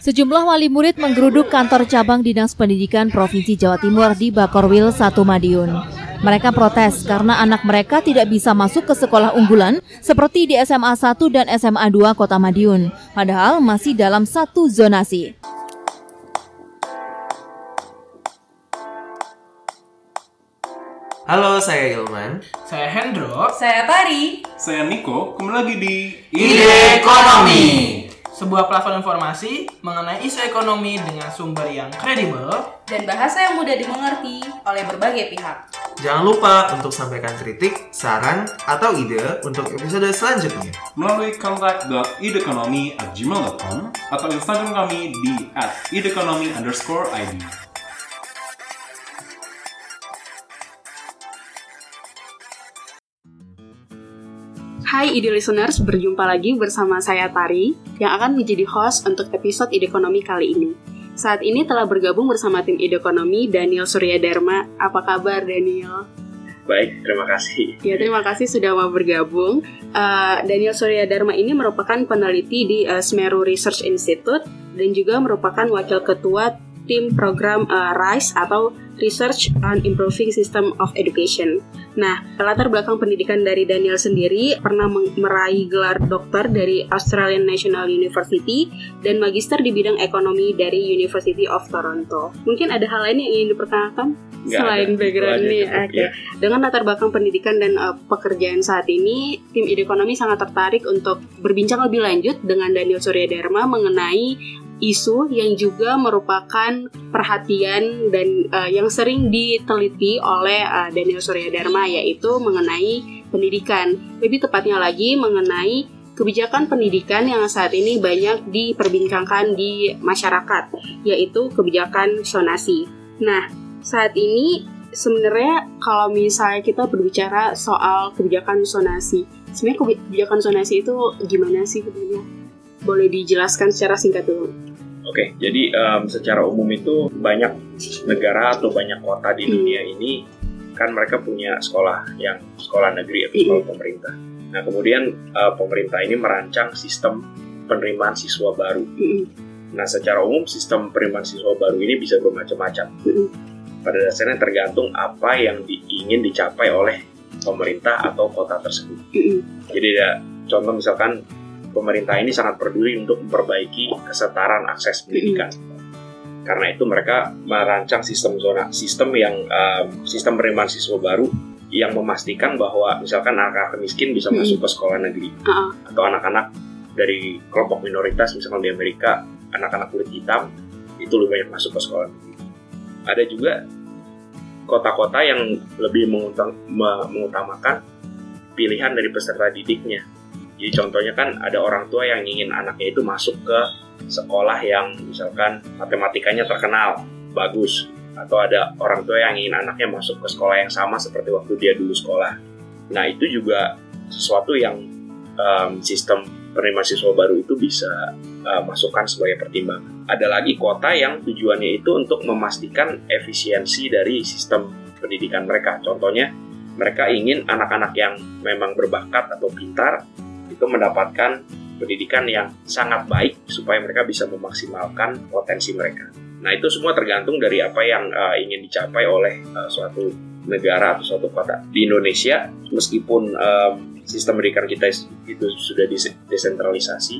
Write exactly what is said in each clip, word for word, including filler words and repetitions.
Sejumlah wali murid menggeruduk kantor cabang Dinas Pendidikan Provinsi Jawa Timur di Bakorwil satu Madiun. Mereka protes karena anak mereka tidak bisa masuk ke sekolah unggulan seperti di S M A satu dan S M A dua Kota Madiun, padahal masih dalam satu zonasi. Halo, saya Ilman. Saya Hendro. Saya Tari. Saya Niko. Kembali lagi di Ide Ekonomi, sebuah platform informasi mengenai isu ekonomi dengan sumber yang kredibel dan bahasa yang mudah dimengerti oleh berbagai pihak. Jangan lupa untuk sampaikan kritik, saran, atau ide untuk episode selanjutnya melalui kontak dot idekonomi at gmail dot com atau Instagram kami di at idekonomi underscore id. Hai Ide Listeners, berjumpa lagi bersama saya Tari yang akan menjadi host untuk episode Ide Ekonomi kali ini. Saat ini telah bergabung bersama tim Ide Ekonomi Daniel Suryadharma. Apa kabar Daniel? Baik, terima kasih. Ya, terima kasih sudah mau bergabung. Uh, Daniel Suryadharma ini merupakan peneliti di uh, Semeru Research Institute dan juga merupakan wakil ketua tim program uh, RISE atau Research on Improving System of Education. Nah, latar belakang pendidikan dari Daniel sendiri pernah meraih gelar doktor dari Australian National University dan magister di bidang ekonomi dari University of Toronto. Mungkin ada hal lain yang ingin diperkenalkan? Nggak Selain ada. background ini, oke. Okay. Ya. Dengan latar belakang pendidikan dan uh, pekerjaan saat ini, tim Ide Ekonomi sangat tertarik untuk berbincang lebih lanjut dengan Daniel Suryadharma mengenai isu yang juga merupakan perhatian dan uh, yang sering diteliti oleh uh, Daniel Suryadharma, yaitu mengenai pendidikan. Lebih tepatnya lagi mengenai kebijakan pendidikan yang saat ini banyak diperbincangkan di masyarakat, yaitu kebijakan zonasi. Nah, saat ini sebenarnya kalau misalnya kita berbicara soal kebijakan zonasi, sebenarnya kebijakan zonasi itu gimana sih sebenarnya? Boleh dijelaskan secara singkat dulu? Oke, jadi um, secara umum itu banyak negara atau banyak kota di dunia ini kan mereka punya sekolah yang sekolah negeri atau sekolah pemerintah. Nah, kemudian uh, pemerintah ini merancang sistem penerimaan siswa baru. Nah, secara umum sistem penerimaan siswa baru ini bisa bermacam-macam. Pada dasarnya tergantung apa yang di, ingin dicapai oleh pemerintah atau kota tersebut. Jadi ya, contoh misalkan pemerintah ini sangat peduli untuk memperbaiki kesetaraan akses pendidikan. Mm. Karena itu mereka merancang sistem zona, sistem yang um, sistem penerimaan siswa baru yang memastikan bahwa misalkan anak-anak miskin bisa mm. masuk ke sekolah negeri, uh-uh. atau anak-anak dari kelompok minoritas, misalkan di Amerika anak-anak kulit hitam itu lebih banyak masuk ke sekolah negeri. Ada juga kota-kota yang lebih mengutam, mengutamakan pilihan dari peserta didiknya. Jadi contohnya kan ada orang tua yang ingin anaknya itu masuk ke sekolah yang misalkan matematikanya terkenal, bagus. Atau ada orang tua yang ingin anaknya masuk ke sekolah yang sama seperti waktu dia dulu sekolah. Nah, itu juga sesuatu yang um, sistem penerimaan siswa baru itu bisa uh, masukkan sebagai pertimbangan. Ada lagi kota yang tujuannya itu untuk memastikan efisiensi dari sistem pendidikan mereka. Contohnya, mereka ingin anak-anak yang memang berbakat atau pintar itu mendapatkan pendidikan yang sangat baik supaya mereka bisa memaksimalkan potensi mereka. Nah, itu semua tergantung dari apa yang uh, ingin dicapai oleh uh, suatu negara atau suatu kota. Di Indonesia, meskipun um, sistem pendidikan kita itu sudah desentralisasi,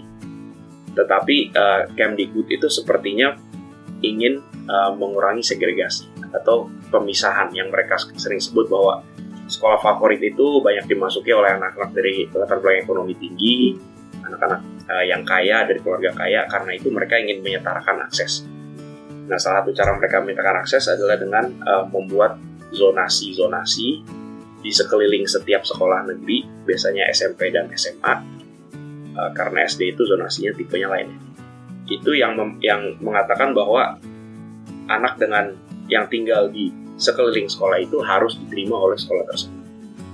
tetapi uh, Kemdikbud itu sepertinya ingin uh, mengurangi segregasi atau pemisahan yang mereka sering sebut bahwa sekolah favorit itu banyak dimasuki oleh anak-anak dari latar belakang ekonomi tinggi, anak-anak uh, yang kaya dari keluarga kaya, karena itu mereka ingin menyetarakan akses. Nah, salah satu cara mereka menyetarakan akses adalah dengan uh, membuat zonasi-zonasi di sekeliling setiap sekolah negeri, biasanya S M P dan S M A, uh, karena S D itu zonasinya tipenya lainnya. Itu yang mem- yang mengatakan bahwa anak dengan yang tinggal di sekeliling sekolah itu harus diterima oleh sekolah tersebut.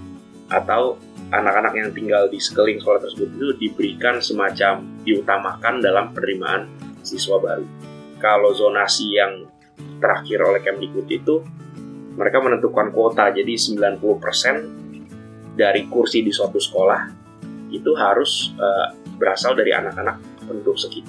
Atau anak-anak yang tinggal di sekeliling sekolah tersebut itu diberikan semacam diutamakan dalam penerimaan siswa baru. Kalau zonasi yang terakhir oleh Kemdikbud itu, mereka menentukan kuota, jadi sembilan puluh persen dari kursi di suatu sekolah itu harus uh, berasal dari anak-anak penduduk sekitar.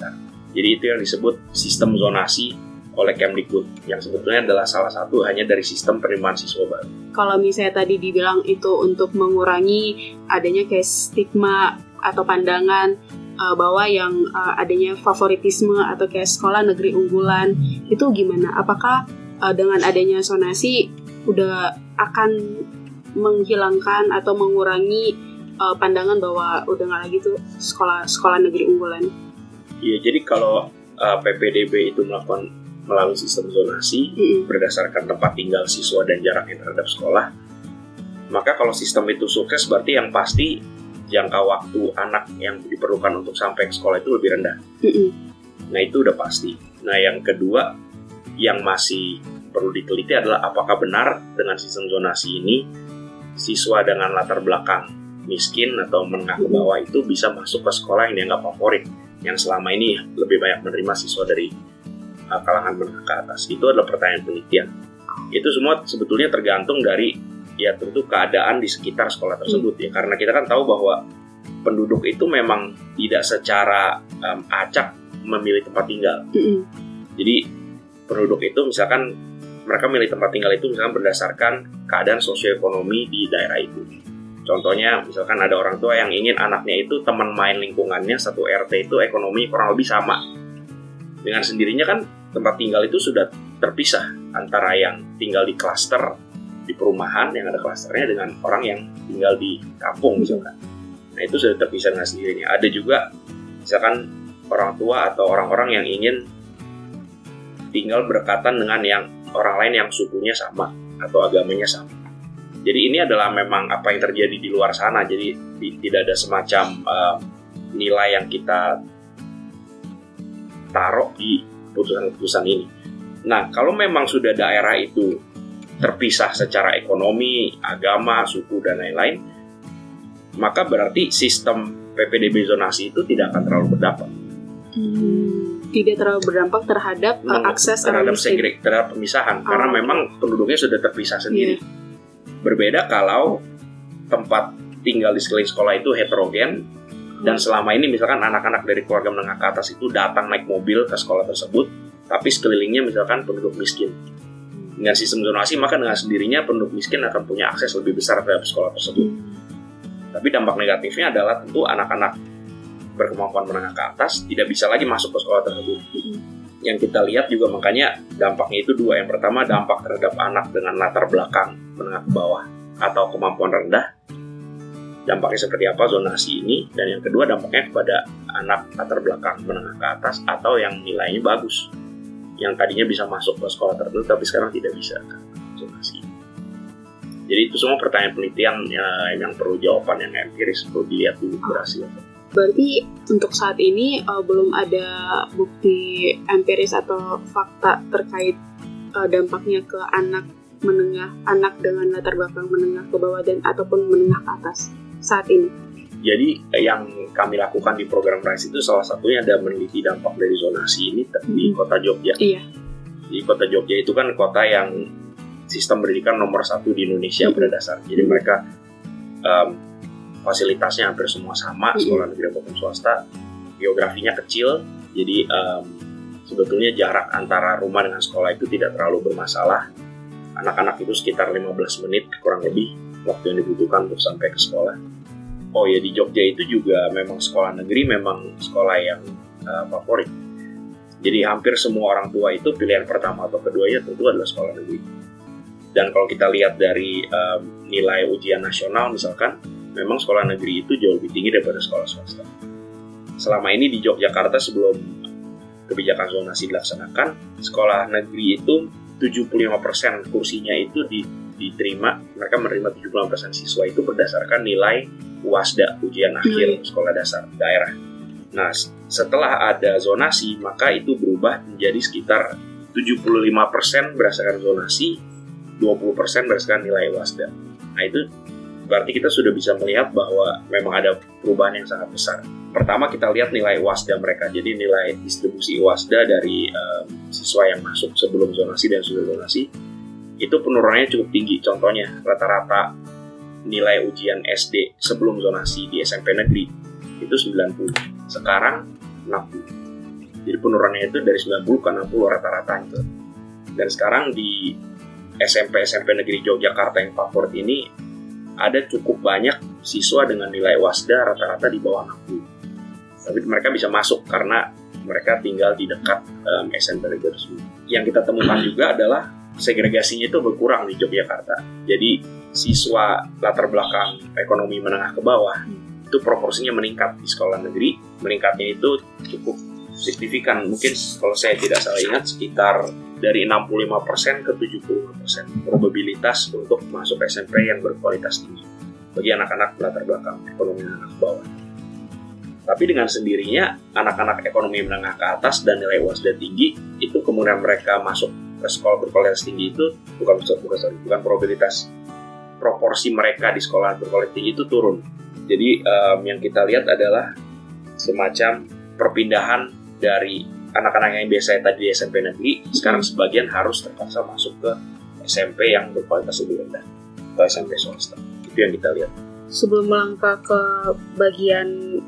Jadi itu yang disebut sistem zonasi oleh Kemdikbud, yang sebetulnya adalah salah satu hanya dari sistem penerimaan siswa baru. Kalau misalnya tadi dibilang itu untuk mengurangi adanya kayak stigma atau pandangan uh, bahwa yang uh, adanya favoritisme atau kayak sekolah negeri unggulan, itu gimana? Apakah uh, dengan adanya zonasi udah akan menghilangkan atau mengurangi uh, pandangan bahwa udah nggak lagi tuh sekolah sekolah negeri unggulan? Iya, jadi kalau uh, P P D B itu melakukan melalui sistem zonasi mm-hmm. berdasarkan tempat tinggal siswa dan jaraknya terhadap sekolah, maka kalau sistem itu sukses berarti yang pasti jangka waktu anak yang diperlukan untuk sampai ke sekolah itu lebih rendah. Mm-hmm. Nah itu udah pasti. Nah yang kedua yang masih perlu diteliti adalah apakah benar dengan sistem zonasi ini siswa dengan latar belakang miskin atau menengah ke bawah itu bisa masuk ke sekolah yang dianggap favorit, yang selama ini lebih banyak menerima siswa dari uh, kalangan menengah ke atas. Itu adalah pertanyaan penelitian. Itu semua sebetulnya tergantung dari ya tentu keadaan di sekitar sekolah tersebut ya, karena kita kan tahu bahwa penduduk itu memang tidak secara um, acak memilih tempat tinggal. Mm-hmm. Jadi penduduk itu misalkan mereka milih tempat tinggal itu misalkan berdasarkan keadaan sosioekonomi di daerah itu. Contohnya misalkan ada orang tua yang ingin anaknya itu teman main lingkungannya satu R T itu ekonomi kurang lebih sama. Dengan sendirinya kan tempat tinggal itu sudah terpisah antara yang tinggal di klaster di perumahan yang ada klasternya dengan orang yang tinggal di kampung misalkan. Nah itu sudah terpisah dengan sendirinya. Ada juga misalkan orang tua atau orang-orang yang ingin tinggal berdekatan dengan yang orang lain yang sukunya sama atau agamanya sama. Jadi ini adalah memang apa yang terjadi di luar sana. Jadi di, tidak ada semacam uh, nilai yang kita taruh di putusan-putusan ini. Nah kalau memang sudah daerah itu terpisah secara ekonomi, agama, suku dan lain-lain, maka berarti sistem P P D B zonasi itu tidak akan terlalu berdampak. Hmm, tidak terlalu berdampak terhadap uh, akses terhadap segregasi, terhadap pemisahan, oh. karena memang penduduknya sudah terpisah sendiri. Yeah. Berbeda kalau tempat tinggal di sekeliling sekolah itu heterogen, hmm. dan selama ini misalkan anak-anak dari keluarga menengah ke atas itu datang naik mobil ke sekolah tersebut, tapi sekelilingnya misalkan penduduk miskin. Dengan sistem zonasi maka dengan sendirinya penduduk miskin akan punya akses lebih besar terhadap sekolah tersebut. Hmm. Tapi dampak negatifnya adalah tentu anak-anak berkemampuan menengah ke atas tidak bisa lagi masuk ke sekolah tersebut. Mm-hmm. Yang kita lihat juga makanya dampaknya itu dua. Yang pertama dampak terhadap anak dengan latar belakang menengah ke bawah atau kemampuan rendah. Dampaknya seperti apa zonasi ini. Dan yang kedua dampaknya kepada anak latar belakang menengah ke atas atau yang nilainya bagus, yang tadinya bisa masuk ke sekolah tertentu tapi sekarang tidak bisa karena zonasi. Jadi itu semua pertanyaan penelitian ya, yang perlu jawaban yang empiris, perlu dilihat dulu berhasil. Berarti untuk saat ini uh, belum ada bukti empiris atau fakta terkait uh, dampaknya ke anak menengah, anak dengan latar belakang menengah ke bawah dan ataupun menengah ke atas saat ini. Jadi yang kami lakukan di program RISE itu salah satunya ada meneliti dampak dari zonasi ini hmm. di kota Jogja. Iya. Di kota Jogja itu kan kota yang sistem pendidikan nomor satu di Indonesia hmm. pada dasarnya. Jadi mereka um, fasilitasnya hampir semua sama, sekolah negeri maupun swasta, geografinya kecil, jadi um, sebetulnya jarak antara rumah dengan sekolah itu tidak terlalu bermasalah. Anak-anak itu sekitar lima belas menit kurang lebih waktu yang dibutuhkan untuk sampai ke sekolah. Oh ya, di Jogja itu juga memang sekolah negeri memang sekolah yang uh, favorit. Jadi hampir semua orang tua itu pilihan pertama atau keduanya tentu adalah sekolah negeri. Dan kalau kita lihat dari um, nilai ujian nasional misalkan, memang sekolah negeri itu jauh lebih tinggi daripada sekolah swasta. Selama ini di Yogyakarta sebelum kebijakan zonasi dilaksanakan, sekolah negeri itu tujuh puluh lima persen kursinya itu diterima, mereka menerima tujuh puluh lima persen siswa itu berdasarkan nilai U A S D A, ujian akhir sekolah dasar daerah. Nah, setelah ada zonasi, maka itu berubah menjadi sekitar tujuh puluh lima persen berdasarkan zonasi, dua puluh persen berdasarkan nilai U A S D A. Nah, itu berarti kita sudah bisa melihat bahwa memang ada perubahan yang sangat besar. Pertama kita lihat nilai U A S D A mereka. Jadi nilai distribusi U A S D A dari um, siswa yang masuk sebelum zonasi dan sudah zonasi itu penurunannya cukup tinggi. Contohnya rata-rata nilai ujian S D sebelum zonasi di S M P negeri itu sembilan puluh. Sekarang enam puluh. Jadi penurunannya itu dari sembilan puluh ke enam puluh rata-rata itu. Dan sekarang di S M P S M P Negeri Yogyakarta yang favorit ini ada cukup banyak siswa dengan nilai WASDA rata-rata di bawah enam puluh. Tapi mereka bisa masuk karena mereka tinggal di dekat um, S M P Negeri tersebut. Yang kita temukan juga adalah segregasinya itu berkurang di Yogyakarta. Jadi siswa latar belakang ekonomi menengah ke bawah itu proporsinya meningkat di sekolah negeri. Meningkatnya itu cukup signifikan, mungkin kalau saya tidak salah ingat sekitar dari enam puluh lima persen ke tujuh puluh lima persen probabilitas untuk masuk S M P yang berkualitas tinggi bagi anak-anak latar belakang ekonomi menengah ke bawah. Tapi dengan sendirinya anak-anak ekonomi menengah ke atas dan nilai WASDA tinggi itu kemudian mereka masuk ke sekolah berkualitas tinggi itu bukan bukan sorry, bukan probabilitas, proporsi mereka di sekolah berkualitas tinggi itu turun. Jadi um, yang kita lihat adalah semacam perpindahan dari anak-anak yang biasanya tadi di S M P negeri, sekarang sebagian harus terpaksa masuk ke S M P yang berkualitas lebih rendah atau S M P swasta. Itu yang kita lihat. Sebelum melangkah ke bagian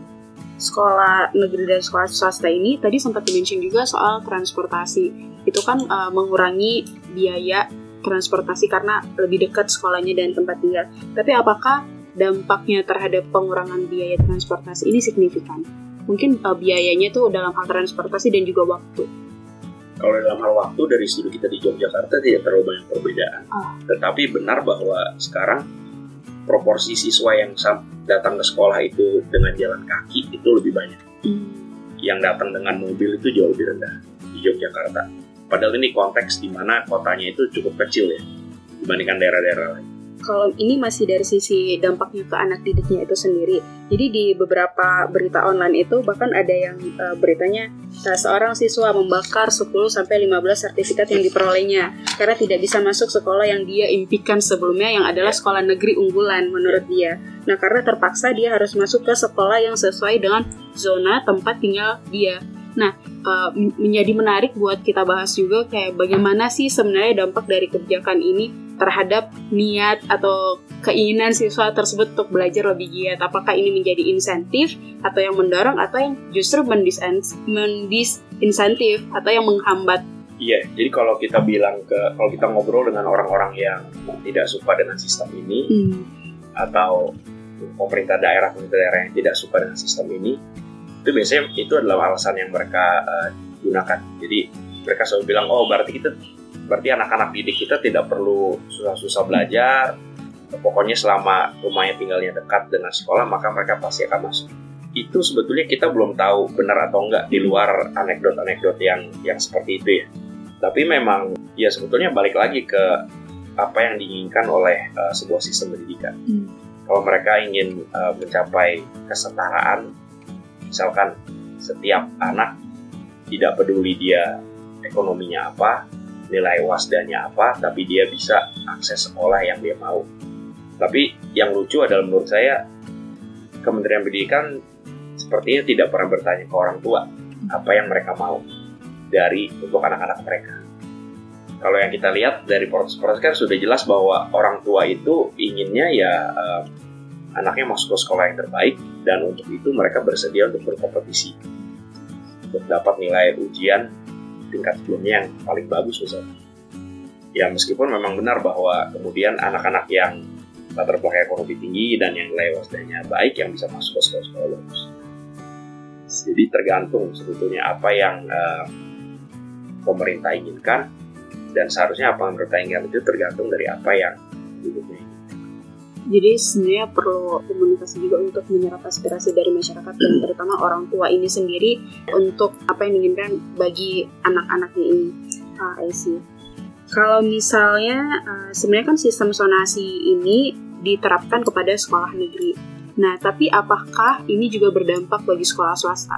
sekolah negeri dan sekolah swasta ini, tadi sempat di-mention juga soal transportasi. Itu kan uh, mengurangi biaya transportasi karena lebih dekat sekolahnya dan tempat tinggal. Tapi apakah dampaknya terhadap pengurangan biaya transportasi ini signifikan? Mungkin uh, biayanya tuh dalam hal transportasi dan juga waktu. Kalau dalam hal waktu dari studi kita di Yogyakarta tidak terlalu banyak perbedaan. Oh. Tetapi benar bahwa sekarang proporsi siswa yang datang ke sekolah itu dengan jalan kaki itu lebih banyak. Mm. Yang datang dengan mobil itu jauh lebih rendah di Yogyakarta. Padahal ini konteks di mana kotanya itu cukup kecil ya dibandingkan daerah-daerah lain. Kalau ini masih dari sisi dampaknya ke anak didiknya itu sendiri. Jadi di beberapa berita online itu bahkan ada yang uh, beritanya uh, seorang siswa membakar sepuluh sampai lima belas sertifikat yang diperolehnya karena tidak bisa masuk sekolah yang dia impikan sebelumnya yang adalah sekolah negeri unggulan menurut dia. Nah, karena terpaksa dia harus masuk ke sekolah yang sesuai dengan zona tempat tinggal dia. Nah, uh, menjadi menarik buat kita bahas juga kayak bagaimana sih sebenarnya dampak dari kebijakan ini terhadap niat atau keinginan siswa tersebut untuk belajar lebih giat. Apakah ini menjadi insentif atau yang mendorong atau yang justru mendisinsentif atau yang menghambat? Iya, jadi kalau kita bilang ke kalau kita ngobrol dengan orang-orang yang tidak suka dengan sistem ini hmm. atau pemerintah daerah pemerintah daerah yang tidak suka dengan sistem ini, itu biasanya itu adalah alasan yang mereka uh, gunakan. Jadi mereka selalu bilang, oh berarti kita berarti anak-anak didik kita tidak perlu susah-susah belajar, pokoknya selama rumahnya tinggalnya dekat dengan sekolah maka mereka pasti akan masuk. Itu sebetulnya kita belum tahu benar atau enggak di luar anekdot-anekdot yang yang seperti itu ya. Tapi memang ya sebetulnya balik lagi ke apa yang diinginkan oleh uh, sebuah sistem pendidikan. Hmm. Kalau mereka ingin uh, mencapai kesetaraan, misalkan setiap anak tidak peduli dia ekonominya apa, nilai WASDA-nya apa, tapi dia bisa akses sekolah yang dia mau. Tapi yang lucu adalah menurut saya Kementerian Pendidikan sepertinya tidak pernah bertanya ke orang tua apa yang mereka mau dari untuk anak-anak mereka. Kalau yang kita lihat dari proses-proses kan sudah jelas bahwa orang tua itu inginnya ya uh, anaknya masuk ke sekolah yang terbaik, dan untuk itu mereka bersedia untuk berkompetisi untuk dapat nilai ujian tingkat sebelumnya yang paling bagus misalnya. Ya meskipun memang benar bahwa kemudian anak-anak yang latar belakang ekonomi tinggi dan yang nilai WASDA-nya baik yang bisa masuk ke sekolah-sekolah bagus. Jadi tergantung sebetulnya apa yang uh, pemerintah inginkan, dan seharusnya apa yang pemerintah inginkan itu tergantung dari apa yang hidupnya inginkan. Jadi sebenarnya perlu komunikasi juga untuk menyerap aspirasi dari masyarakat dan terutama orang tua ini sendiri untuk apa yang diinginkan bagi anak-anaknya ini. Ah, I see. Kalau misalnya uh, sebenarnya kan sistem zonasi ini diterapkan kepada sekolah negeri. Nah, tapi apakah ini juga berdampak bagi sekolah swasta?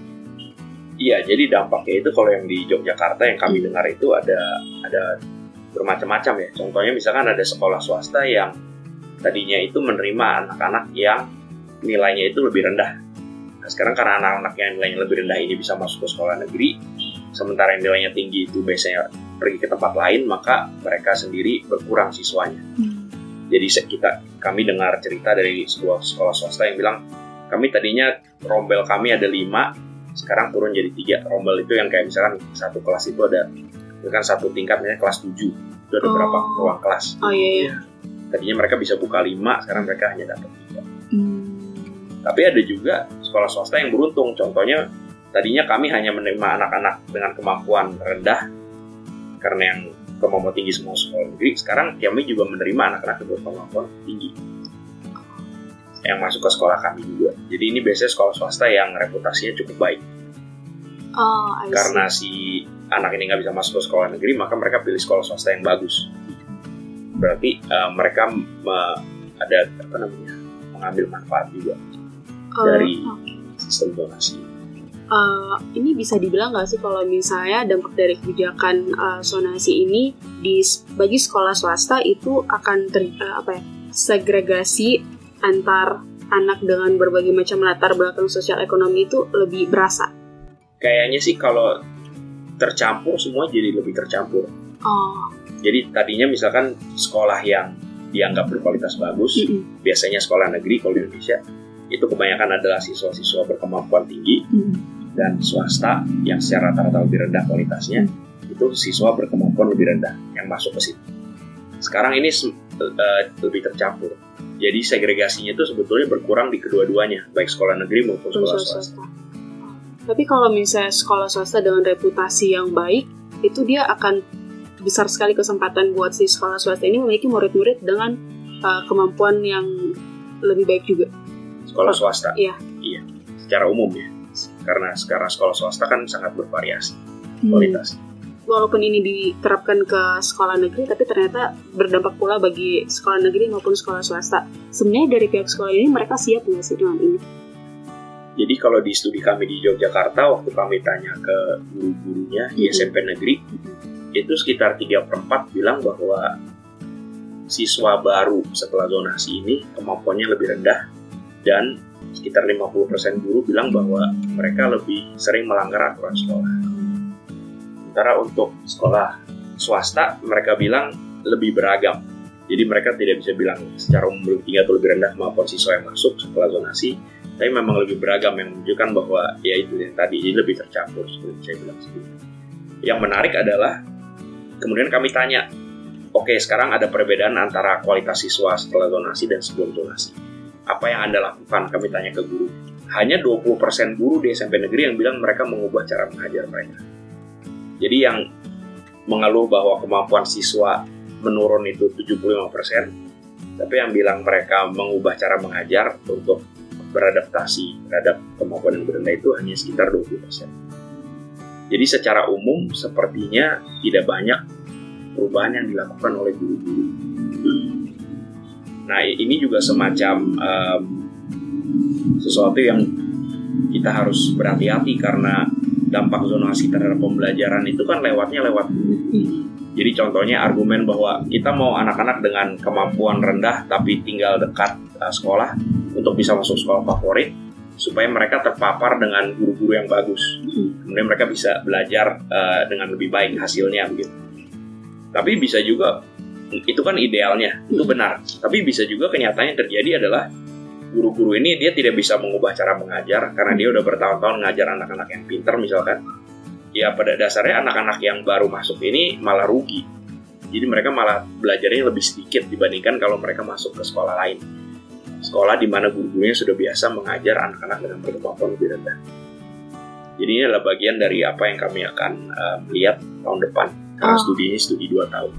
Iya, jadi dampaknya itu kalau yang di Yogyakarta yang kami hmm. dengar itu ada ada bermacam-macam ya. Contohnya misalkan ada sekolah swasta yang tadinya itu menerima anak-anak yang nilainya itu lebih rendah. Nah, sekarang karena anak-anak yang nilainya lebih rendah ini bisa masuk ke sekolah negeri, sementara yang nilainya tinggi itu biasanya pergi ke tempat lain, maka mereka sendiri berkurang siswanya. Hmm. Jadi kita kami dengar cerita dari sebuah sekolah swasta yang bilang, kami tadinya rombel kami ada lima, sekarang turun jadi tiga. Rombel itu yang kayak misalkan satu kelas itu ada, misalkan satu tingkat misalnya kelas tujuh, itu ada Oh. berapa ruang kelas. Oh iya, iya. Tadinya mereka bisa buka lima, sekarang mereka hanya dapat tiga. Hmm. Tapi ada juga sekolah swasta yang beruntung. Contohnya, tadinya kami hanya menerima anak-anak dengan kemampuan rendah, karena yang kemampuan tinggi semua sekolah negeri. Sekarang kami juga menerima anak-anak dengan kemampuan tinggi yang masuk ke sekolah kami juga. Jadi ini biasanya sekolah swasta yang reputasinya cukup baik. Oh, I see. Karena si anak ini nggak bisa masuk ke sekolah negeri, maka mereka pilih sekolah swasta yang bagus. Berarti uh, mereka me- ada apa namanya mengambil manfaat juga Oh, dari oke. sistem donasi. Uh, ini bisa dibilang nggak sih kalau misalnya dampak dari kebijakan uh, zonasi ini di bagi sekolah swasta itu akan ter, uh, apa ya segregasi antar anak dengan berbagai macam latar belakang sosial ekonomi itu lebih berasa? Kayaknya sih kalau tercampur semua jadi lebih tercampur. Oh, Jadi tadinya misalkan sekolah yang dianggap berkualitas bagus, mm-mm. biasanya sekolah negeri kalau di Indonesia itu kebanyakan adalah siswa-siswa berkemampuan tinggi, Mm. dan swasta yang secara rata-rata lebih rendah kualitasnya itu siswa berkemampuan lebih rendah yang masuk ke situ. Sekarang ini uh, lebih tercampur. Jadi segregasinya itu sebetulnya berkurang di kedua-duanya, baik sekolah negeri maupun sekolah Sekolah swasta. swasta. Tapi kalau misalnya sekolah swasta dengan reputasi yang baik, itu dia akan besar sekali kesempatan buat si sekolah swasta ini memiliki murid-murid dengan uh, kemampuan yang lebih baik juga. Sekolah swasta? Iya. Iya, secara umum ya. Karena sekarang sekolah swasta kan sangat bervariasi Hmm. kualitasnya. Walaupun ini diterapkan ke sekolah negeri, tapi ternyata berdampak pula bagi sekolah negeri maupun sekolah swasta. Sebenarnya dari pihak sekolah ini mereka siap nggak sih dengan ini? Jadi kalau di studi kami di Yogyakarta, waktu kami tanya ke guru-gurunya di S M P negeri, itu sekitar tiga per empat bilang bahwa siswa baru setelah zonasi ini kemampuannya lebih rendah, dan sekitar lima puluh persen guru bilang bahwa mereka lebih sering melanggar aturan sekolah. Sementara untuk sekolah swasta, mereka bilang lebih beragam. Jadi mereka tidak bisa bilang secara umum lebih tinggi atau lebih rendah kemampuan siswa yang masuk setelah zonasi, tapi memang lebih beragam, yang menunjukkan bahwa ya itu yang tadi, jadi lebih tercampur seperti saya bilang sebelumnya. Yang menarik adalah kemudian kami tanya, oke, sekarang ada perbedaan antara kualitas siswa setelah zonasi dan sebelum zonasi. Apa yang Anda lakukan? Kami tanya ke guru. Hanya dua puluh persen guru di S M P negeri yang bilang mereka mengubah cara mengajar mereka. Jadi yang mengeluh bahwa kemampuan siswa menurun itu tujuh puluh lima persen, tapi yang bilang mereka mengubah cara mengajar untuk beradaptasi terhadap kemampuan yang berendah itu hanya sekitar dua puluh persen. Jadi secara umum sepertinya tidak banyak perubahan yang dilakukan oleh guru-guru. Nah, ini juga semacam um, sesuatu yang kita harus berhati-hati, karena dampak zonasi terhadap pembelajaran itu kan lewatnya lewat guru. Jadi contohnya argumen bahwa kita mau anak-anak dengan kemampuan rendah tapi tinggal dekat uh, sekolah untuk bisa masuk sekolah favorit, supaya mereka terpapar dengan guru-guru yang bagus. Kemudian mereka bisa belajar uh, dengan lebih baik hasilnya begitu. Tapi bisa juga, itu kan idealnya, itu benar. Tapi bisa juga kenyataannya terjadi adalah guru-guru ini dia tidak bisa mengubah cara mengajar karena dia udah bertahun-tahun ngajar anak-anak yang pintar misalkan. Ya pada dasarnya anak-anak yang baru masuk ini malah rugi. Jadi mereka malah belajarnya lebih sedikit dibandingkan kalau mereka masuk ke sekolah lain. Sekolah di mana guru-gurunya sudah biasa mengajar anak-anak dengan berkemampuan lebih rendah. Jadi ini adalah bagian dari apa yang kami akan uh, lihat tahun depan. Karena Oh. studi ini studi dua tahun.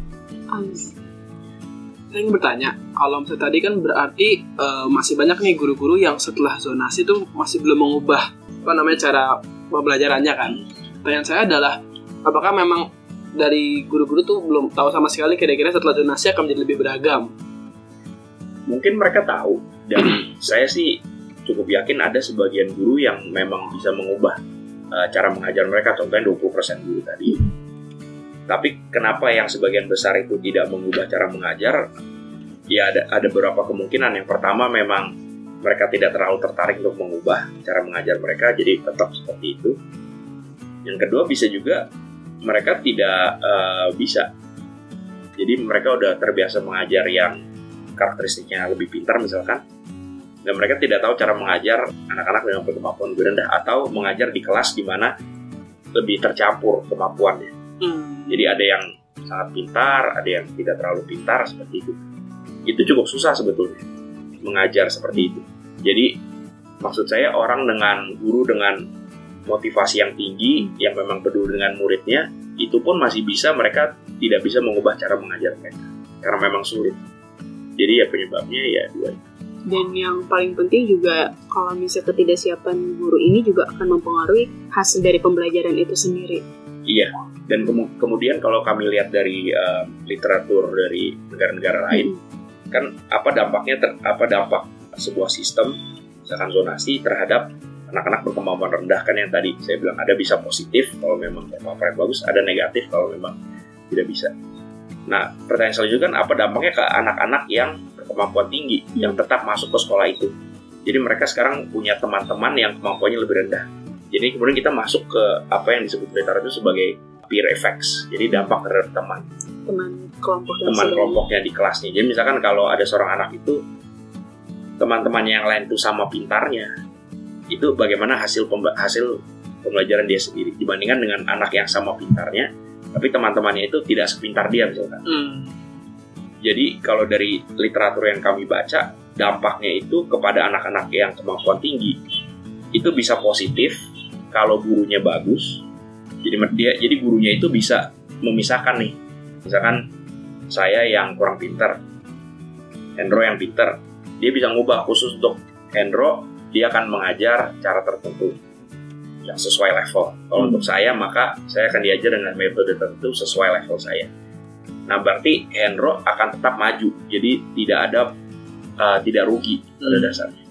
Saya ingin bertanya, kalau misalnya tadi kan berarti uh, masih banyak nih guru-guru yang setelah zonasi itu masih belum mengubah apa namanya cara pembelajarannya kan. Pertanyaan saya adalah, apakah memang dari guru-guru tuh belum tahu sama sekali kira-kira setelah zonasi akan menjadi lebih beragam? Mungkin mereka tahu, dan saya sih cukup yakin ada sebagian guru yang memang bisa mengubah uh, cara mengajar mereka, contohnya dua puluh persen guru tadi. Tapi kenapa yang sebagian besar itu tidak mengubah cara mengajar? Ya ada, ada beberapa kemungkinan. Yang pertama memang mereka tidak terlalu tertarik untuk mengubah cara mengajar mereka, jadi tetap seperti itu. Yang kedua bisa juga mereka tidak uh, bisa. Jadi mereka udah terbiasa mengajar yang karakteristiknya lebih pintar misalkan. dan mereka tidak tahu cara mengajar anak-anak dengan berkemampuan lebih rendah atau mengajar di kelas di mana lebih tercampur kemampuannya. Hmm. Jadi ada yang sangat pintar, ada yang tidak terlalu pintar seperti itu. Itu cukup susah sebetulnya mengajar seperti itu. Jadi maksud saya orang dengan guru dengan motivasi yang tinggi yang memang peduli dengan muridnya itu pun masih bisa mereka tidak bisa mengubah cara mengajar mereka karena memang sulit. Jadi ya penyebabnya ya dua itu. Dan yang paling penting juga kalau misalnya ketidaksiapan guru ini juga akan mempengaruhi hasil dari pembelajaran itu sendiri. Iya. Dan ke- kemudian kalau kami lihat dari uh, literatur dari negara-negara lain, hmm. kan apa dampaknya ter- apa dampak sebuah sistem misalkan zonasi terhadap anak-anak berkemampuan rendah, kan yang tadi saya bilang ada bisa positif kalau memang terpapar bagus, ada negatif kalau memang tidak bisa. Nah, pertanyaan selanjutnya kan apa dampaknya ke anak-anak yang berkemampuan tinggi hmm. yang tetap masuk ke sekolah itu. Jadi mereka sekarang punya teman-teman yang kemampuannya lebih rendah. Jadi kemudian kita masuk ke apa yang disebut literatur itu sebagai peer effects. Jadi dampak terhadap teman. Teman kelompok Teman kelompoknya di kelasnya. Jadi misalkan kalau ada seorang anak itu teman-temannya yang lain itu sama pintarnya, itu bagaimana hasil pemba- hasil pembelajaran dia sendiri dibandingkan dengan anak yang sama pintarnya, tapi teman-temannya itu tidak sepintar dia misalkan. Hmm. Jadi kalau dari literatur yang kami baca, dampaknya itu kepada anak-anak yang kemampuan tinggi itu bisa positif kalau gurunya bagus. Jadi dia, jadi gurunya itu bisa memisahkan nih. Misalkan saya yang kurang pintar, Hendro yang pintar, dia bisa ngubah khusus untuk Hendro, dia akan mengajar cara tertentu yang sesuai level. Kalau hmm. untuk saya, maka saya akan diajar dengan metode tertentu sesuai level saya. Nah, berarti Hendro akan tetap maju. Jadi tidak ada uh, tidak rugi pada hmm. dasarnya.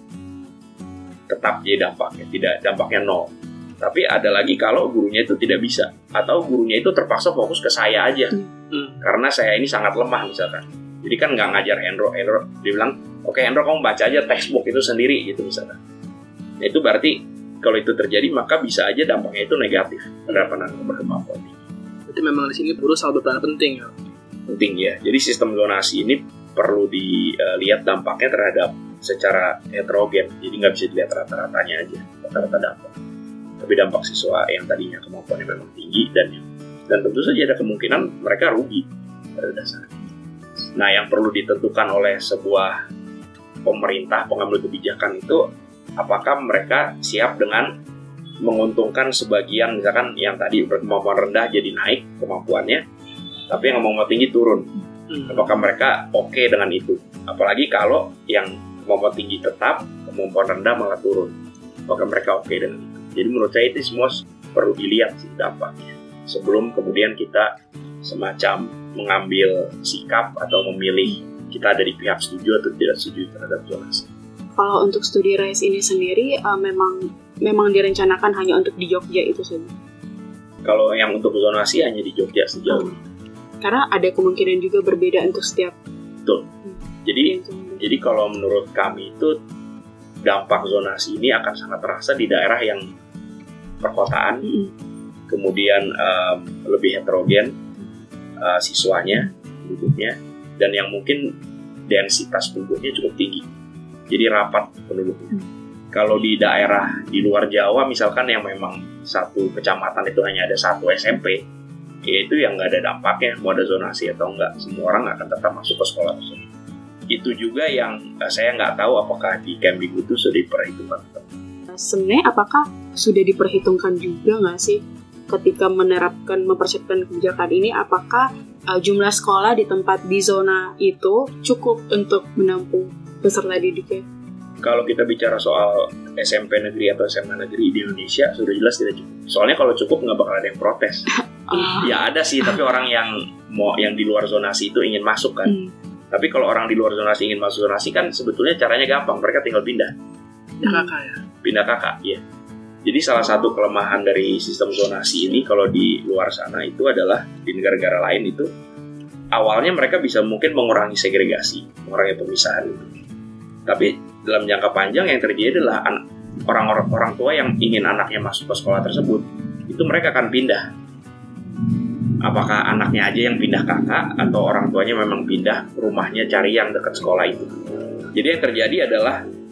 Tetap jadi dampaknya, tidak dampaknya nol. Tapi ada lagi kalau gurunya itu tidak bisa atau gurunya itu terpaksa fokus ke saya aja. Hmm. Karena saya ini sangat lemah misalkan. Jadi kan nggak ngajar Hendro, Hendro dia bilang, "Oke, Hendro kamu baca aja textbook itu sendiri," gitu misalkan. Nah, itu berarti kalau itu terjadi maka bisa aja dampaknya itu negatif terhadap anak berkemampuan. Berarti memang di sini guru selalu berperan penting ya. Penting ya. Jadi sistem zonasi ini perlu dilihat dampaknya terhadap secara heterogen. Jadi nggak bisa dilihat rata-ratanya aja, rata-rata dampak. Tapi dampak siswa yang tadinya kemampuannya memang tinggi dan dan tentu saja ada kemungkinan mereka rugi pada dasarnya. Nah, yang perlu ditentukan oleh sebuah pemerintah pengambil kebijakan itu apakah mereka siap dengan menguntungkan sebagian, misalkan yang tadi berkemampuan rendah jadi naik kemampuannya, tapi yang kemampuan tinggi turun. Apakah mereka oke okay dengan itu? Apalagi kalau yang kemampuan tinggi tetap, kemampuan rendah malah turun. Apakah mereka oke okay dengan itu? Jadi menurut saya itu semua perlu dilihat sih dampaknya sebelum kemudian kita semacam mengambil sikap atau memilih kita dari pihak setuju atau tidak setuju terhadap zonasi. Kalau untuk studi R I S E ini sendiri uh, memang memang direncanakan hanya untuk di Jogja itu saja. Kalau yang untuk zonasi hanya di Jogja sejauh ini. Hmm. Karena ada kemungkinan juga berbeda untuk setiap. Betul. Hmm. Jadi hmm. jadi kalau menurut kami itu dampak zonasi ini akan sangat terasa di daerah yang perkotaan, hmm. kemudian um, lebih heterogen uh, siswanya, penduduknya, dan yang mungkin densitas penduduknya cukup tinggi. Jadi rapat penduduknya. Hmm. Kalau di daerah di luar Jawa misalkan yang memang satu kecamatan itu hanya ada satu S M P, ya itu yang nggak ada dampaknya, mau ada zonasi atau enggak, semua orang akan tetap masuk ke sekolah tersebut. Itu juga yang saya nggak tahu apakah di Kemdikbud itu sudah diperhitungkan. Sebenarnya apakah sudah diperhitungkan juga nggak sih ketika menerapkan, mempersiapkan kebijakan ini, apakah uh, jumlah sekolah di tempat di zona itu cukup untuk menampung peserta didiknya? Kalau kita bicara soal S M P negeri atau S M A negeri di Indonesia, sudah jelas tidak cukup. Soalnya kalau cukup nggak bakal ada yang protes. uh. Ya ada sih, tapi orang yang mau yang di luar zonasi itu ingin masuk kan. Hmm. Tapi kalau orang di luar zonasi ingin masuk zonasi kan sebetulnya caranya gampang, mereka tinggal pindah. Pindah kakak ya? Pindah kakak, ya. Jadi salah satu kelemahan dari sistem zonasi ini kalau di luar sana itu adalah di negara-negara lain itu awalnya mereka bisa mungkin mengurangi segregasi, mengurangi pemisahan itu. Tapi dalam jangka panjang yang terjadi adalah orang-orang orang tua yang ingin anaknya masuk ke sekolah tersebut itu mereka akan pindah. Apakah anaknya aja yang pindah kakak atau orang tuanya memang pindah rumahnya cari yang dekat sekolah itu. Jadi yang terjadi adalah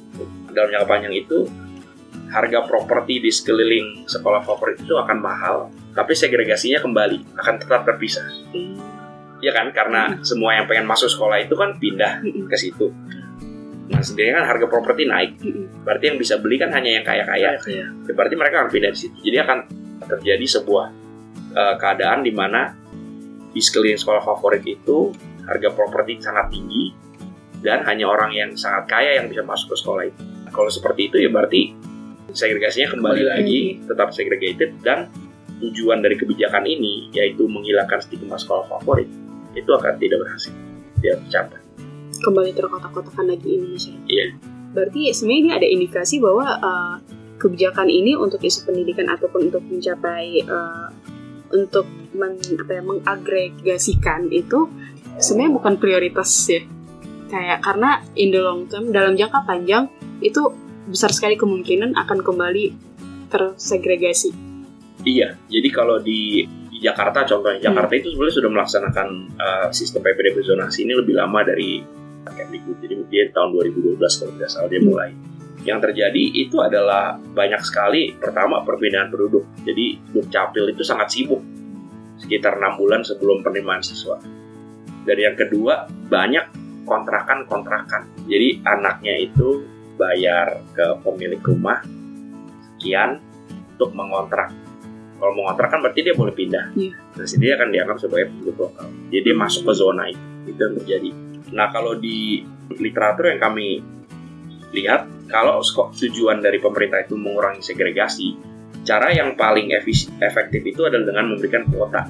dalam jangka panjang itu harga properti di sekeliling sekolah favorit itu akan mahal, tapi segregasinya kembali akan tetap terpisah. Hmm. Ya kan, karena hmm. semua yang pengen masuk sekolah itu kan pindah hmm. ke situ. Nah, sendirinya kan harga properti naik. Hmm. Berarti yang bisa beli kan hanya yang kaya-kaya. Ya, berarti mereka akan pindah di situ. Jadi akan terjadi sebuah uh, keadaan di mana di sekeliling sekolah favorit itu harga properti sangat tinggi dan hanya orang yang sangat kaya yang bisa masuk ke sekolah itu. Nah, kalau seperti itu ya berarti segregasinya kembali lagi, tetap segregated, dan tujuan dari kebijakan ini yaitu menghilangkan stigma sekolah favorit itu akan tidak berhasil, tidak tercapai. Kembali terkotak-kotakan lagi Indonesia. Iya. Berarti sebenarnya ini ada indikasi bahwa uh, kebijakan ini untuk isu pendidikan ataupun untuk mencapai uh, untuk men, apa ya, mengagregasikan itu sebenarnya bukan prioritas ya. Kayak karena in the long term, dalam jangka panjang itu besar sekali kemungkinan akan kembali tersegregasi. Iya, jadi kalau di, di Jakarta contohnya, Jakarta hmm. itu sebenarnya sudah melaksanakan uh, sistem P P D B zonasi ini lebih lama dari Kemdikbud. Jadi dia tahun dua ribu dua belas kalau tidak salah dia mulai. Yang terjadi itu adalah banyak sekali, pertama perpindahan penduduk. Jadi Dukcapil itu sangat sibuk sekitar enam bulan sebelum penerimaan siswa. Dan yang kedua, banyak kontrakan-kontrakan. Jadi anaknya itu bayar ke pemilik rumah sekian untuk mengontrak. Kalau mengontrak kan berarti dia boleh pindah. Yeah. Nah, dia akan dianggap sebagai penduduk lokal. Jadi dia masuk ke zona itu. Itu yang terjadi. Nah, kalau di literatur yang kami lihat, kalau tujuan dari pemerintah itu mengurangi segregasi, cara yang paling efis- efektif itu adalah dengan memberikan kuota.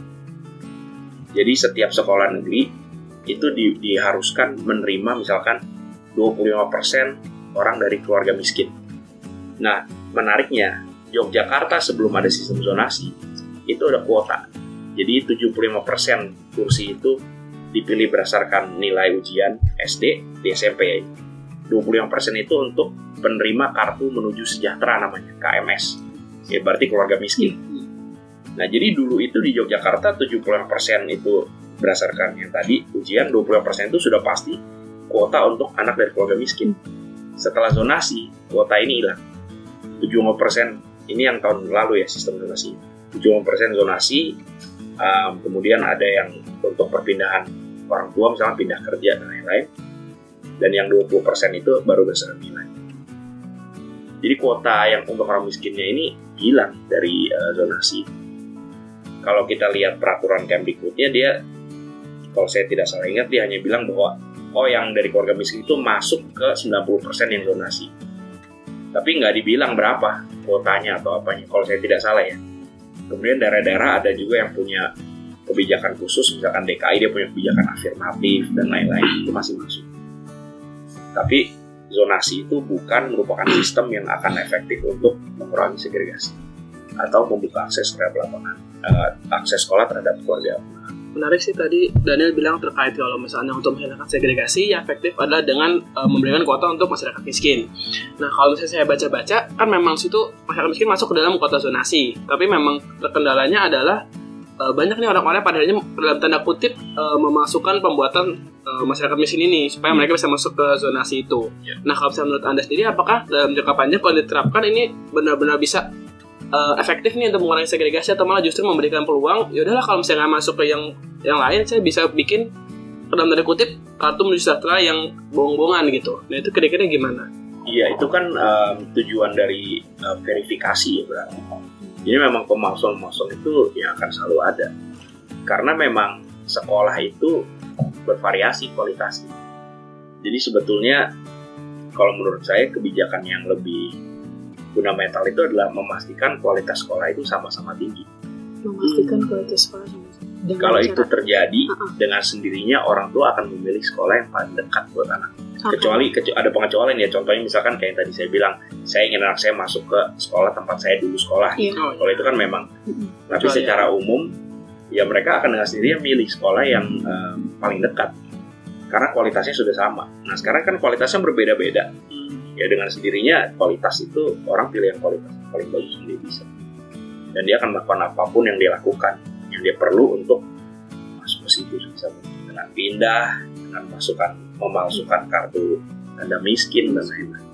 Jadi setiap sekolah negeri itu di, diharuskan menerima misalkan dua puluh lima persen orang dari keluarga miskin. Nah, menariknya, Yogyakarta sebelum ada sistem zonasi, itu ada kuota. Jadi tujuh puluh lima persen kursi itu dipilih berdasarkan nilai ujian S D di S M P ya. dua puluh lima persen itu untuk penerima kartu menuju sejahtera namanya, K M S. Ya, berarti keluarga miskin. Nah, jadi dulu itu di Yogyakarta tujuh puluh lima persen itu berdasarkan yang tadi ujian, dua puluh lima persen itu sudah pasti kuota untuk anak dari keluarga miskin. Setelah zonasi, kuota ini hilang. tujuh puluh lima persen ini yang tahun lalu ya sistem zonasi. tujuh puluh lima persen zonasi, um, kemudian ada yang untuk perpindahan orang tua misalnya pindah kerja dan lain-lain. Dan yang dua puluh persen itu baru berdasarkan nilai. Jadi kuota yang untuk orang miskinnya ini hilang dari uh, zonasi. Kalau kita lihat peraturan Kemdikbudnya, dia, kalau saya tidak salah ingat, dia hanya bilang bahwa oh yang dari keluarga miskin itu masuk ke sembilan puluh persen yang zonasi. Tapi nggak dibilang berapa kuotanya atau apanya, kalau saya tidak salah ya. Kemudian daerah-daerah ada juga yang punya kebijakan khusus, misalkan D K I dia punya kebijakan afirmatif dan lain-lain, itu masih masuk. Tapi zonasi itu bukan merupakan sistem yang akan efektif untuk mengurangi segregasi atau membuka akses terhadap lapangan, uh, akses sekolah terhadap keluarga. Menarik sih tadi Daniel bilang terkait kalau misalnya untuk menghilangkan segregasi yang efektif adalah dengan uh, memberikan kuota untuk masyarakat miskin. Nah, kalau misalnya saya baca-baca kan memang situ masyarakat miskin masuk ke dalam kuota zonasi, tapi memang terkendalanya adalah uh, banyak nih orang-orang pada akhirnya dalam tanda kutip uh, memasukkan pembuatan uh, masyarakat miskin ini supaya mereka bisa masuk ke zonasi itu. Yeah. Nah, kalau misalnya menurut Anda sendiri, apakah dalam jangka panjang kalau diterapkan ini benar-benar bisa Uh, efektif nih untuk mengurangi segregasi atau malah justru memberikan peluang ya udahlah kalau misalnya nggak masuk ke yang yang lain saya bisa bikin dalam tanda kutip kartu menuju sejahtera yang bohong-bohongan gitu. Nah itu kira-kira gimana? Iya itu kan um, tujuan dari uh, verifikasi ya berarti. Jadi memang pemalsuan-pemalsuan itu yang akan selalu ada karena memang sekolah itu bervariasi kualitasnya. Jadi sebetulnya kalau menurut saya kebijakan yang lebih fundamental itu adalah memastikan kualitas sekolah itu sama-sama tinggi. Memastikan hmm. kualitas sekolah sama-sama. Kalau itu terjadi, uh-uh. dengan sendirinya orang tua akan memilih sekolah yang paling dekat buat anak. Okay. Kecuali kecu- ada pengecualian ya, contohnya misalkan kayak yang tadi saya bilang, saya ingin anak saya masuk ke sekolah tempat saya dulu sekolah. Yeah. Oh, kalau itu kan memang. Uh-uh. Tapi Kecuali secara ya. umum, ya mereka akan dengan sendirinya milih sekolah yang um, paling dekat. Karena kualitasnya sudah sama. Nah sekarang kan kualitasnya berbeda-beda. Ya dengan sendirinya kualitas itu orang pilih yang kualitas paling bagus yang dia bisa dan dia akan melakukan apapun yang dia lakukan yang dia perlu untuk masuk ke situ misalnya dengan pindah dengan masukkan memalsukan kartu tanda miskin dan lain-lain.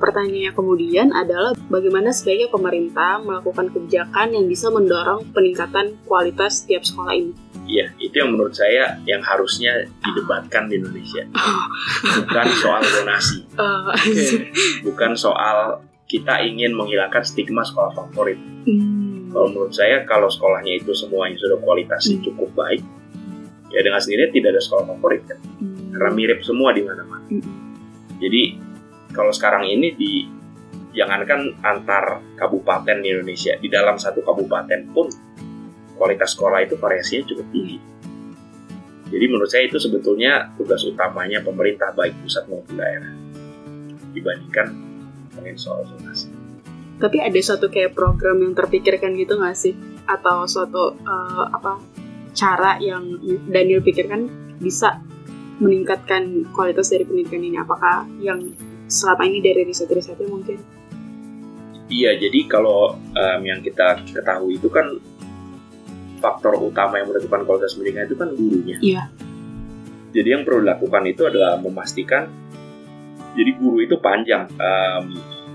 pertanyaannya kemudian adalah bagaimana sebaiknya pemerintah melakukan kebijakan yang bisa mendorong peningkatan kualitas setiap sekolah ini? Iya, itu yang menurut saya yang harusnya didebatkan di Indonesia. Bukan soal donasi. Uh, Oke. Bukan soal kita ingin menghilangkan stigma sekolah favorit. hmm. Kalau menurut saya, kalau sekolahnya itu semuanya sudah kualitasnya cukup baik, ya dengan sendirinya tidak ada sekolah favorit kan. Hmm. Karena mirip semua di mana-mana. Hmm. Jadi kalau sekarang ini di jangankan antar kabupaten di Indonesia, di dalam satu kabupaten pun kualitas sekolah itu variasinya cukup tinggi. Jadi menurut saya itu sebetulnya tugas utamanya pemerintah baik pusat maupun daerah dibandingkan dengan soal zonasi. Tapi ada suatu kayak program yang terpikirkan gitu nggak sih? Atau suatu uh, apa cara yang Daniel pikirkan bisa meningkatkan kualitas dari pendidikan ini? Apakah yang selama ini dari riset-risetnya mungkin? Iya, jadi kalau um, yang kita ketahui itu kan faktor utama yang menentukan kualitas pendidikan itu kan gurunya. Iya. Jadi yang perlu dilakukan itu adalah memastikan, jadi guru itu panjang um,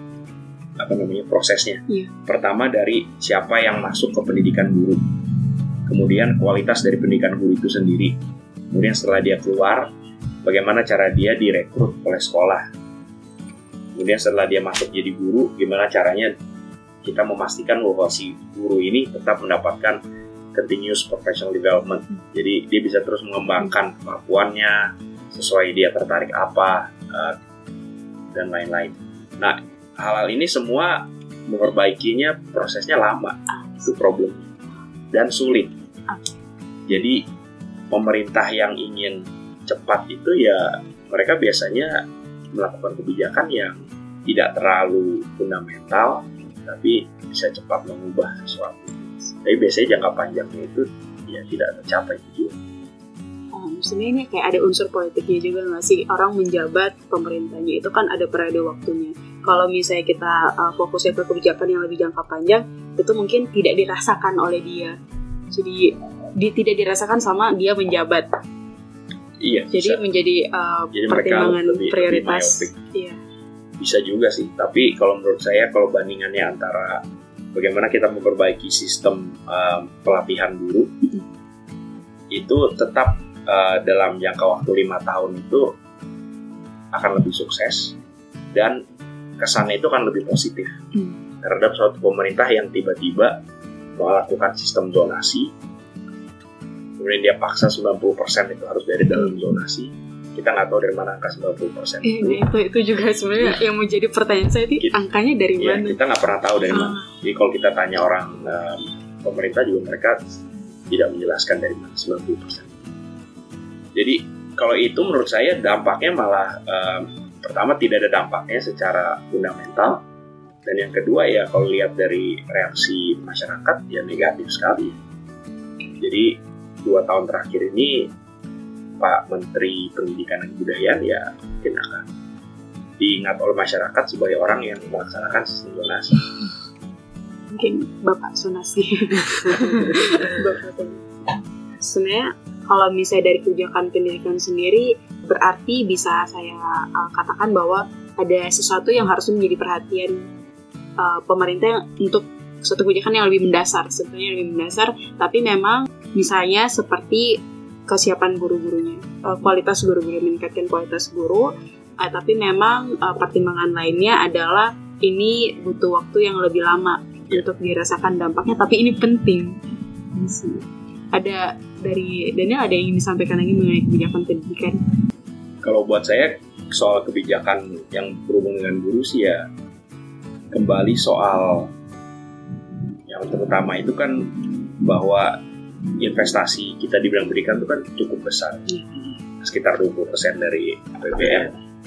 apa namanya prosesnya. Iya. Pertama dari siapa yang masuk ke pendidikan guru, kemudian kualitas dari pendidikan guru itu sendiri, kemudian setelah dia keluar, bagaimana cara dia direkrut oleh sekolah, kemudian setelah dia masuk jadi guru, gimana caranya kita memastikan bahwa si guru ini tetap mendapatkan continuous professional development. Jadi dia bisa terus mengembangkan kemampuannya sesuai dia tertarik apa uh, dan lain-lain. Nah, hal-hal ini semua memperbaikinya prosesnya lama, itu problemnya dan sulit. Jadi pemerintah yang ingin cepat itu ya mereka biasanya melakukan kebijakan yang tidak terlalu fundamental tapi bisa cepat mengubah sesuatu. Tapi biasanya jangka panjangnya itu ya tidak tercapai juga. Oh, maksudnya ini kayak ada unsur politiknya juga nggak sih? Orang menjabat pemerintahnya itu kan ada periode waktunya. Kalau misalnya kita uh, fokusnya ke kebijakan yang lebih jangka panjang, itu mungkin tidak dirasakan oleh dia. Jadi di, tidak dirasakan sama dia menjabat. Iya. Jadi bisa. menjadi uh, Jadi pertimbangan lebih, prioritas. lebih Iya. Bisa juga sih. Tapi kalau menurut saya kalau bandingannya antara bagaimana kita memperbaiki sistem um, pelatihan guru, mm-hmm. itu tetap uh, dalam jangka waktu lima tahun itu akan lebih sukses dan kesannya itu akan lebih positif mm. terhadap suatu pemerintah yang tiba-tiba melakukan sistem zonasi, kemudian dia paksa sembilan puluh persen itu harus dari dalam zonasi. Kita nggak tahu dari mana angka sembilan puluh persen itu. itu. Itu, itu juga sebenarnya yang menjadi pertanyaan saya itu angkanya dari ya, mana? Kita nggak pernah tahu dari mana. Jadi kalau kita tanya orang um, pemerintah juga mereka tidak menjelaskan dari mana sembilan puluh persen. Jadi kalau itu menurut saya dampaknya malah um, pertama tidak ada dampaknya secara fundamental dan yang kedua ya kalau lihat dari reaksi masyarakat ya negatif sekali. Jadi dua tahun terakhir ini Pak Menteri Pendidikan dan Kebudayaan ya mungkin akan diingat oleh masyarakat sebagai orang yang melaksanakan sistem zonasi. Mungkin Bapak zonasi. Bapak zonasi. Sebenarnya kalau misalnya dari kebijakan pendidikan sendiri berarti bisa saya uh, katakan bahwa ada sesuatu yang harus menjadi perhatian uh, pemerintah untuk suatu kebijakan yang lebih mendasar, sebetulnya lebih mendasar, tapi memang misalnya seperti kesiapan guru-gurunya, uh, kualitas guru-guru, meningkatkan kualitas guru, uh, tapi memang uh, pertimbangan lainnya adalah ini butuh waktu yang lebih lama untuk dirasakan dampaknya, tapi ini penting. Ada dari Daniel ada yang ingin disampaikan lagi mengenai kebijakan pendidikan? Kalau buat saya soal kebijakan yang berhubungan dengan guru sih ya kembali soal yang terutama itu kan bahwa investasi kita di bidang pendidikan itu kan cukup besar, sekitar dua puluh persen dari A P B N.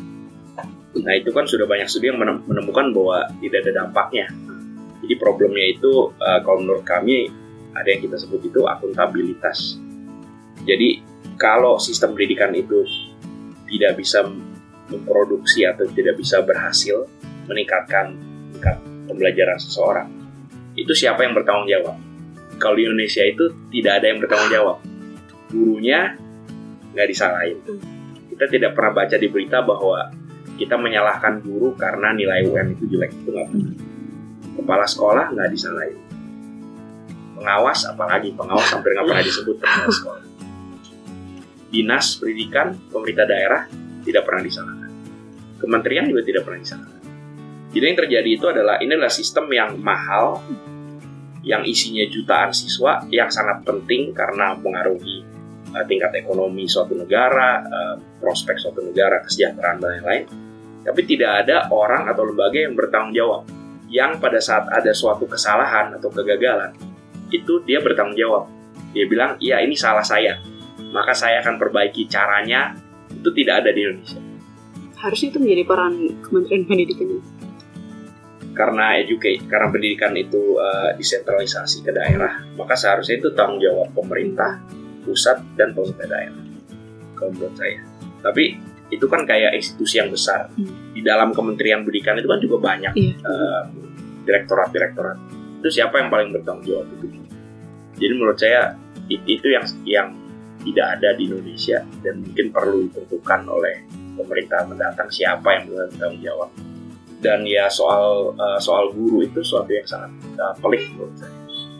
Nah itu kan sudah banyak studi yang menemukan bahwa tidak ada dampaknya. Jadi problemnya itu uh, kalau menurut kami ada yang kita sebut itu akuntabilitas. Jadi kalau sistem pendidikan itu tidak bisa memproduksi atau tidak bisa berhasil meningkatkan tingkat pembelajaran seseorang, itu siapa yang bertanggung jawab? Kalau di Indonesia itu tidak ada yang bertanggung jawab. Gurunya nggak disalahin. Kita tidak pernah baca di berita bahwa kita menyalahkan guru karena nilai U M itu jelek, itu nggak benar. Kepala sekolah nggak disalahin. Pengawas, apalagi pengawas hampir nggak pernah disebut kepala sekolah. Dinas pendidikan, pemerintah daerah tidak pernah disalahkan. Kementerian juga tidak pernah disalahkan. Jadi yang terjadi itu adalah ini adalah sistem yang mahal, yang isinya jutaan siswa, yang sangat penting karena mengaruhi uh, tingkat ekonomi suatu negara, uh, prospek suatu negara, kesejahteraan dan lain-lain. Tapi tidak ada orang atau lembaga yang bertanggung jawab, yang pada saat ada suatu kesalahan atau kegagalan, itu dia bertanggung jawab. Dia bilang, iya ini salah saya, maka saya akan perbaiki caranya. Itu tidak ada di Indonesia. Harusnya itu menjadi peran Kementerian Pendidikan. Karena educate, karena pendidikan itu uh, disentralisasi ke daerah, maka seharusnya itu tanggung jawab pemerintah pusat dan pemerintah daerah, kalau menurut saya. Tapi itu kan kayak institusi yang besar. Hmm. Di dalam Kementerian Pendidikan itu kan juga banyak yeah. uh, direktorat-direktorat. Itu siapa yang paling bertanggung jawab itu? Jadi menurut saya itu yang yang tidak ada di Indonesia dan mungkin perlu ditentukan oleh pemerintah mendatang siapa yang bertanggung jawab. Dan ya soal uh, soal guru itu suatu yang sangat uh, pelik menurut saya.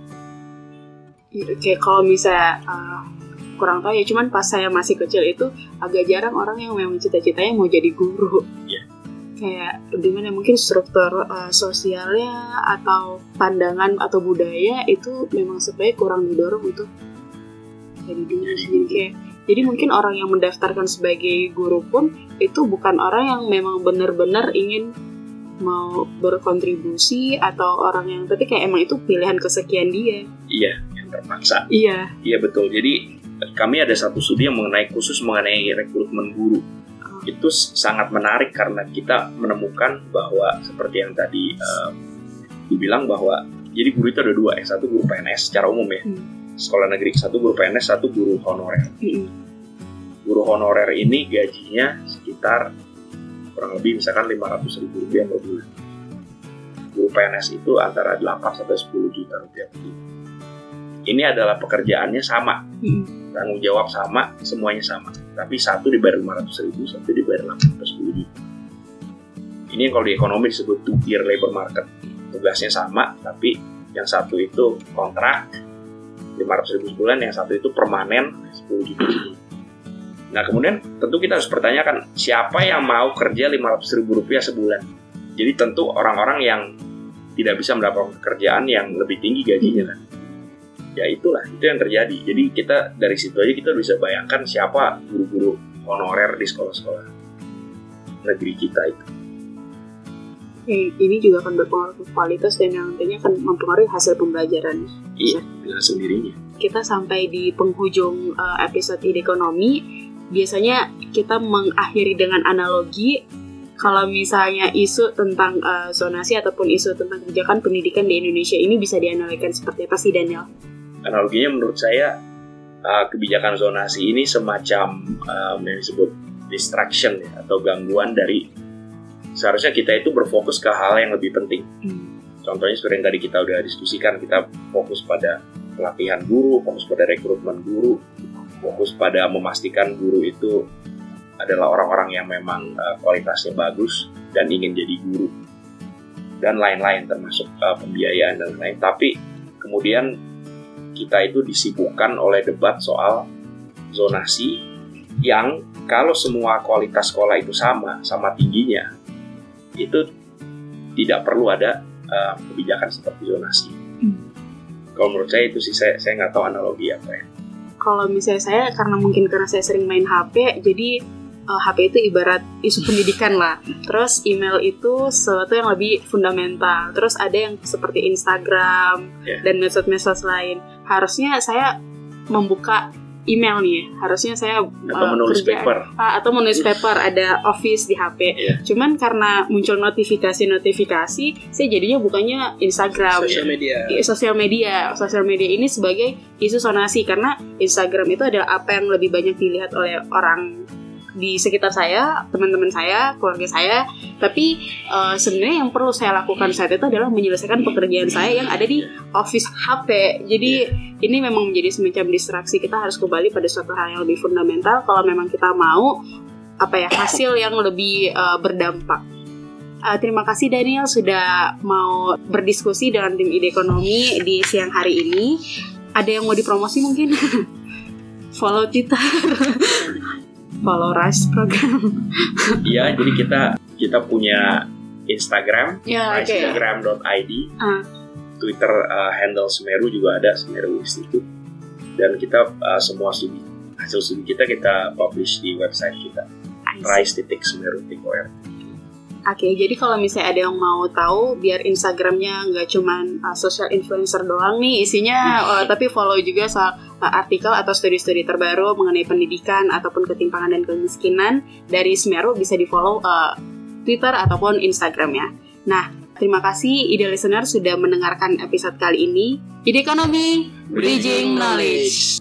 Kayak kalau misalnya uh, kurang tahu ya, cuman pas saya masih kecil itu agak jarang orang yang memang cita-citanya mau jadi guru. Yeah. Kayak gimana mungkin struktur uh, sosialnya atau pandangan atau budaya itu memang sebenarnya kurang didorong untuk jadi guru. Jadi kayak jadi mungkin orang yang mendaftarkan sebagai guru pun itu bukan orang yang memang benar-benar ingin mau berkontribusi atau orang yang, tapi kayak emang itu pilihan kesekian dia. Iya, yang terpaksa. Iya. Iya betul. Jadi kami ada satu studi yang mengenai khusus mengenai rekrutmen guru. Oh. Itu sangat menarik karena kita menemukan bahwa seperti yang tadi um, dibilang bahwa jadi guru itu ada dua, yang satu guru P N S secara umum ya, hmm. sekolah negeri, satu guru P N S, satu guru honorer. Hmm. Guru honorer ini gajinya sekitar kurang lebih misalkan lima ratus ribu rupiah per bulan. Guru P N S itu antara delapan sampai sepuluh juta rupiah per bulan. Ini adalah pekerjaannya sama, hmm. tanggung jawab sama, semuanya sama. Tapi satu dibayar lima ratus ribu, satu dibayar delapan sampai sepuluh juta. Ini yang kalau di ekonomi disebut two-tier labor market. Tugasnya sama, tapi yang satu itu kontrak lima ratus ribu sebulan, yang satu itu permanen sepuluh juta sebulan. Nah kemudian tentu kita harus pertanyakan siapa yang mau kerja lima ratus ribu rupiah sebulan. Jadi tentu orang-orang yang tidak bisa mendapatkan pekerjaan yang lebih tinggi gajinya kan. Ya itulah, itu yang terjadi. Jadi kita dari situ aja kita bisa bayangkan siapa guru-guru honorer di sekolah-sekolah negeri kita itu. Ini juga akan berpengaruh ke kualitas dan yang nantinya akan mempengaruhi hasil pembelajaran. Iya, dengan sendirinya. Kita sampai di penghujung uh, episode Ide Ekonomi. Biasanya kita mengakhiri dengan analogi kalau misalnya isu tentang uh, zonasi ataupun isu tentang kebijakan pendidikan di Indonesia ini bisa dianalogikan seperti apa sih Daniel? Analoginya menurut saya uh, kebijakan zonasi ini semacam uh, yang disebut distraction ya, atau gangguan dari seharusnya kita itu berfokus ke hal yang lebih penting. Hmm. Contohnya seperti yang tadi kita udah diskusikan, kita fokus pada pelatihan guru, fokus pada rekrutmen guru, fokus pada memastikan guru itu adalah orang-orang yang memang uh, kualitasnya bagus dan ingin jadi guru dan lain-lain termasuk uh, pembiayaan dan lain-lain. Tapi kemudian kita itu disibukkan oleh debat soal zonasi yang kalau semua kualitas sekolah itu sama, sama tingginya, itu tidak perlu ada uh, kebijakan seperti zonasi. Hmm. Kalau menurut saya itu sih, saya saya nggak tahu analogi apa ya. Kalau misalnya saya, karena mungkin karena saya sering main H P, jadi uh, H P itu ibarat isu pendidikan lah. Terus email itu sesuatu yang lebih fundamental. Terus ada yang seperti Instagram yeah. dan medsos-medsos lain. Harusnya saya membuka email nih, harusnya saya atau uh, menulis kerja, paper uh, atau menulis paper ada Office di H P. Yeah. Cuman karena muncul notifikasi-notifikasi, saya jadinya bukannya Instagram, sosial media. Sosial media, sosial media ini sebagai isu zonasi karena Instagram itu adalah apa yang lebih banyak dilihat oleh orang di sekitar saya, teman-teman saya, keluarga saya. Tapi uh, sebenarnya yang perlu saya lakukan saat itu adalah menyelesaikan pekerjaan saya yang ada di Office H P. Jadi yeah. ini memang menjadi semacam distraksi. Kita harus kembali pada suatu hal yang lebih fundamental. Kalau memang kita mau apa ya hasil yang lebih uh, berdampak. Uh, terima kasih Daniel sudah mau berdiskusi dengan tim Ide Ekonomi di siang hari ini. Ada yang mau dipromosi mungkin? Follow Twitter, follow Rise program. Iya, jadi kita kita punya Instagram, ya, okay. instagram dot i d, uh. Twitter uh, handle Semeru juga ada, Semeru Institute, dan kita uh, semua studi hasil studi kita kita publish di website kita, rise titik semeru titik org. Oke, okay, jadi kalau misalnya ada yang mau tahu, biar Instagramnya nggak cuman uh, social influencer doang nih isinya, uh, tapi follow juga soal uh, artikel atau studi-studi terbaru mengenai pendidikan ataupun ketimpangan dan kemiskinan dari Semeru, bisa di follow uh, Twitter ataupun Instagramnya. Nah, terima kasih Ide Listener sudah mendengarkan episode kali ini. Ide Ekonomi, Bridging Knowledge.